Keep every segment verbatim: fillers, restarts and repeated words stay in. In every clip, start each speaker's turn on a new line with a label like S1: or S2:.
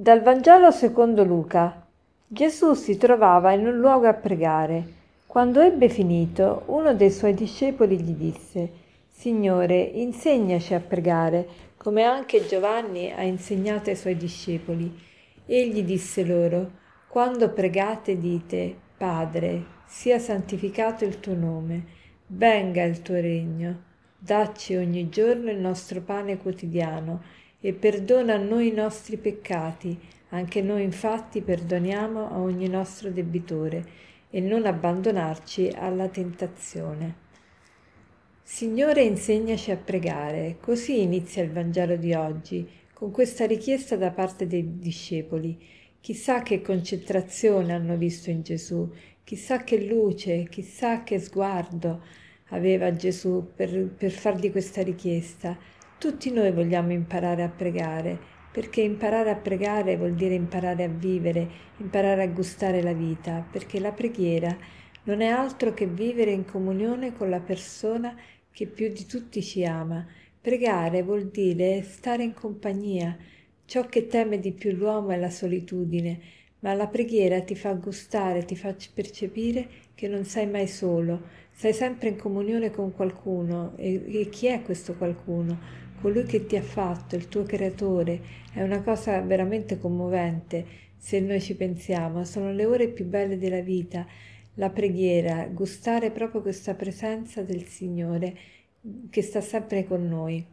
S1: Dal Vangelo secondo Luca. Gesù si trovava in un luogo a pregare. Quando ebbe finito, uno dei suoi discepoli gli disse: Signore, insegnaci a pregare, come anche Giovanni ha insegnato ai suoi discepoli. Egli disse loro: Quando pregate dite: Padre, sia santificato il tuo nome, venga il tuo regno, dacci ogni giorno il nostro pane quotidiano e perdona a noi i nostri peccati, anche noi infatti perdoniamo a ogni nostro debitore, e non abbandonarci alla tentazione. Signore, insegnaci a pregare. Così inizia il Vangelo di oggi, con questa richiesta da parte dei discepoli. Chissà che concentrazione hanno visto in Gesù, chissà che luce, chissà che sguardo aveva Gesù per, per fargli questa richiesta. Tutti noi vogliamo imparare a pregare, perché imparare a pregare vuol dire imparare a vivere, imparare a gustare la vita, perché la preghiera non è altro che vivere in comunione con la persona che più di tutti ci ama. Pregare vuol dire stare in compagnia. Ciò che teme di più l'uomo è la solitudine, ma la preghiera ti fa gustare, ti fa percepire che non sei mai solo, sei sempre in comunione con qualcuno. E, e chi è questo qualcuno? Colui che ti ha fatto, il tuo creatore. È una cosa veramente commovente se noi ci pensiamo. Sono le ore più belle della vita, la preghiera, gustare proprio questa presenza del Signore che sta sempre con noi.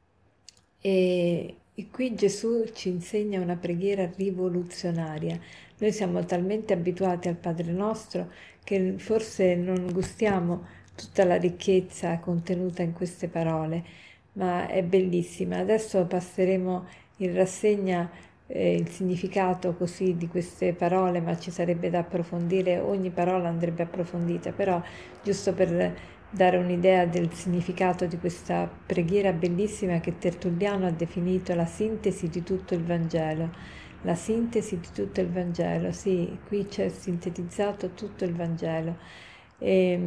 S1: E, e qui Gesù ci insegna una preghiera rivoluzionaria. Noi siamo talmente abituati al Padre nostro che forse non gustiamo tutta la ricchezza contenuta in queste parole, ma è bellissima. Adesso passeremo in rassegna eh, il significato così di queste parole, ma ci sarebbe da approfondire, ogni parola andrebbe approfondita, però giusto per dare un'idea del significato di questa preghiera bellissima che Tertulliano ha definito la sintesi di tutto il Vangelo. La sintesi di tutto il Vangelo, sì, qui c'è sintetizzato tutto il Vangelo. E,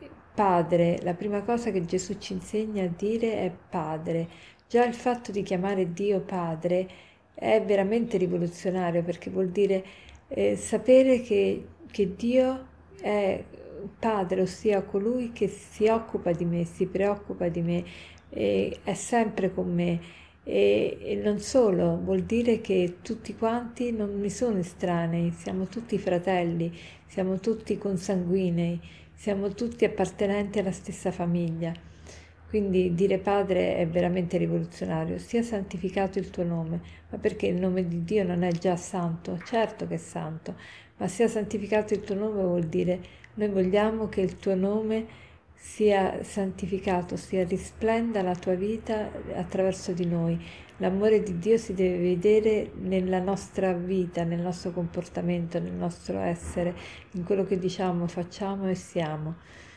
S1: Padre, la prima cosa che Gesù ci insegna a dire è Padre. Già il fatto di chiamare Dio Padre è veramente rivoluzionario, perché vuol dire eh, sapere che, che Dio è Padre, ossia colui che si occupa di me, si preoccupa di me, e è sempre con me. E, e non solo, vuol dire che tutti quanti non mi sono estranei, siamo tutti fratelli, siamo tutti consanguinei, siamo tutti appartenenti alla stessa famiglia. Quindi dire Padre è veramente rivoluzionario. Sia santificato il tuo nome. Ma perché il nome di Dio non è già santo? Certo che è santo, ma sia santificato il tuo nome vuol dire noi vogliamo che il tuo nome sia santificato, sia risplenda la tua vita attraverso di noi. L'amore di Dio si deve vedere nella nostra vita, nel nostro comportamento, nel nostro essere, in quello che diciamo, facciamo e siamo.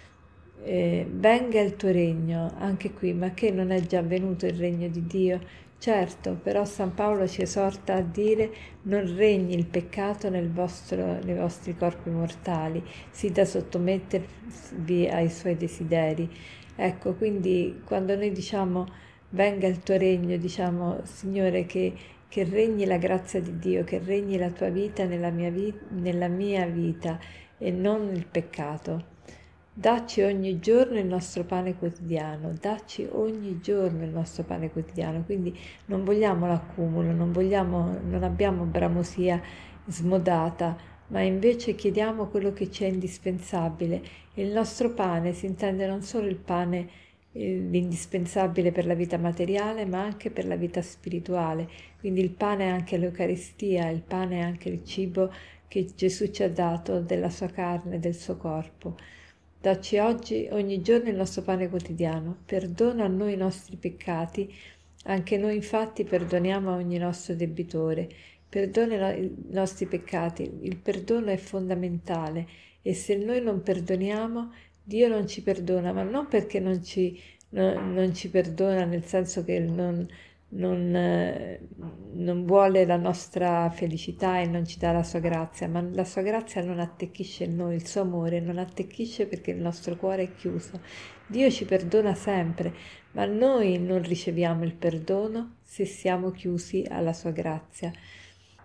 S1: Eh, venga il tuo regno, anche qui, ma che non è già venuto il regno di Dio? Certo, però San Paolo ci esorta a dire non regni il peccato nel vostro, nei vostri corpi mortali, sì da sottomettervi ai suoi desideri. Ecco, quindi quando noi diciamo venga il tuo regno, diciamo Signore che, che regni la grazia di Dio, che regni la tua vita nella mia, vi- nella mia vita e non il peccato. Dacci ogni giorno il nostro pane quotidiano, dacci ogni giorno il nostro pane quotidiano, quindi non vogliamo l'accumulo, non, vogliamo, non abbiamo bramosia smodata, ma invece chiediamo quello che ci è indispensabile. Il nostro pane si intende non solo il pane, eh, l'indispensabile per la vita materiale, ma anche per la vita spirituale, quindi il pane è anche l'Eucaristia, il pane è anche il cibo che Gesù ci ha dato della sua carne, del suo corpo. Dacci oggi ogni giorno il nostro pane quotidiano, perdona a noi i nostri peccati, anche noi infatti perdoniamo a ogni nostro debitore. Perdona i nostri peccati, il perdono è fondamentale e se noi non perdoniamo, Dio non ci perdona, ma non perché non ci, no, non ci perdona nel senso che non, non, eh, non vuole la nostra felicità e non ci dà la sua grazia, ma la sua grazia non attecchisce in noi, il suo amore non attecchisce perché il nostro cuore è chiuso. Dio ci perdona sempre, ma noi non riceviamo il perdono se siamo chiusi alla sua grazia.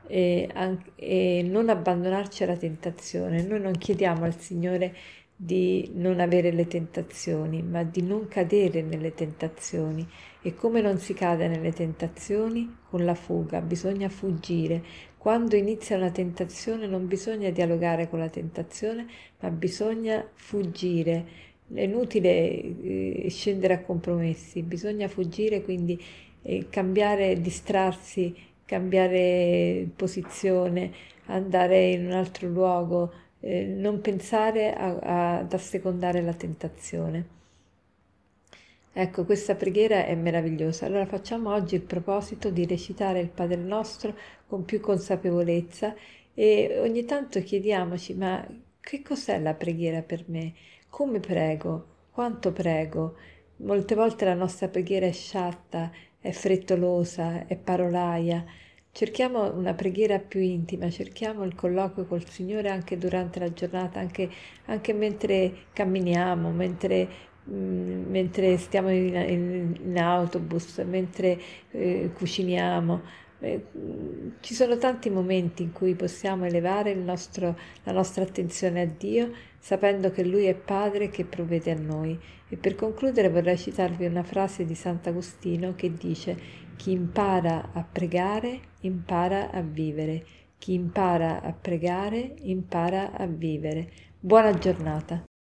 S1: e, anche, e non abbandonarci alla tentazione. Noi non chiediamo al Signore di non avere le tentazioni, ma di non cadere nelle tentazioni. E come non si cade nelle tentazioni? Con la fuga, bisogna fuggire. Quando inizia una tentazione non bisogna dialogare con la tentazione, ma bisogna fuggire. È inutile eh, scendere a compromessi, bisogna fuggire, quindi eh, cambiare, distrarsi, cambiare posizione, andare in un altro luogo, eh, non pensare a, a, ad assecondare la tentazione. Ecco, questa preghiera è meravigliosa. Allora facciamo oggi il proposito di recitare il Padre Nostro con più consapevolezza e ogni tanto chiediamoci, ma che cos'è la preghiera per me? Come prego? Quanto prego? Molte volte la nostra preghiera è sciatta, è frettolosa, è parolaia. Cerchiamo una preghiera più intima, cerchiamo il colloquio col Signore anche durante la giornata, anche, anche mentre camminiamo, mentre, mh, mentre stiamo in, in, in autobus, mentre eh, cuciniamo. Eh, ci sono tanti momenti in cui possiamo elevare il nostro, la nostra attenzione a Dio, sapendo che Lui è Padre che provvede a noi. E per concludere vorrei citarvi una frase di Sant'Agostino che dice: chi impara a pregare, impara a vivere. Chi impara a pregare, impara a vivere. Buona giornata.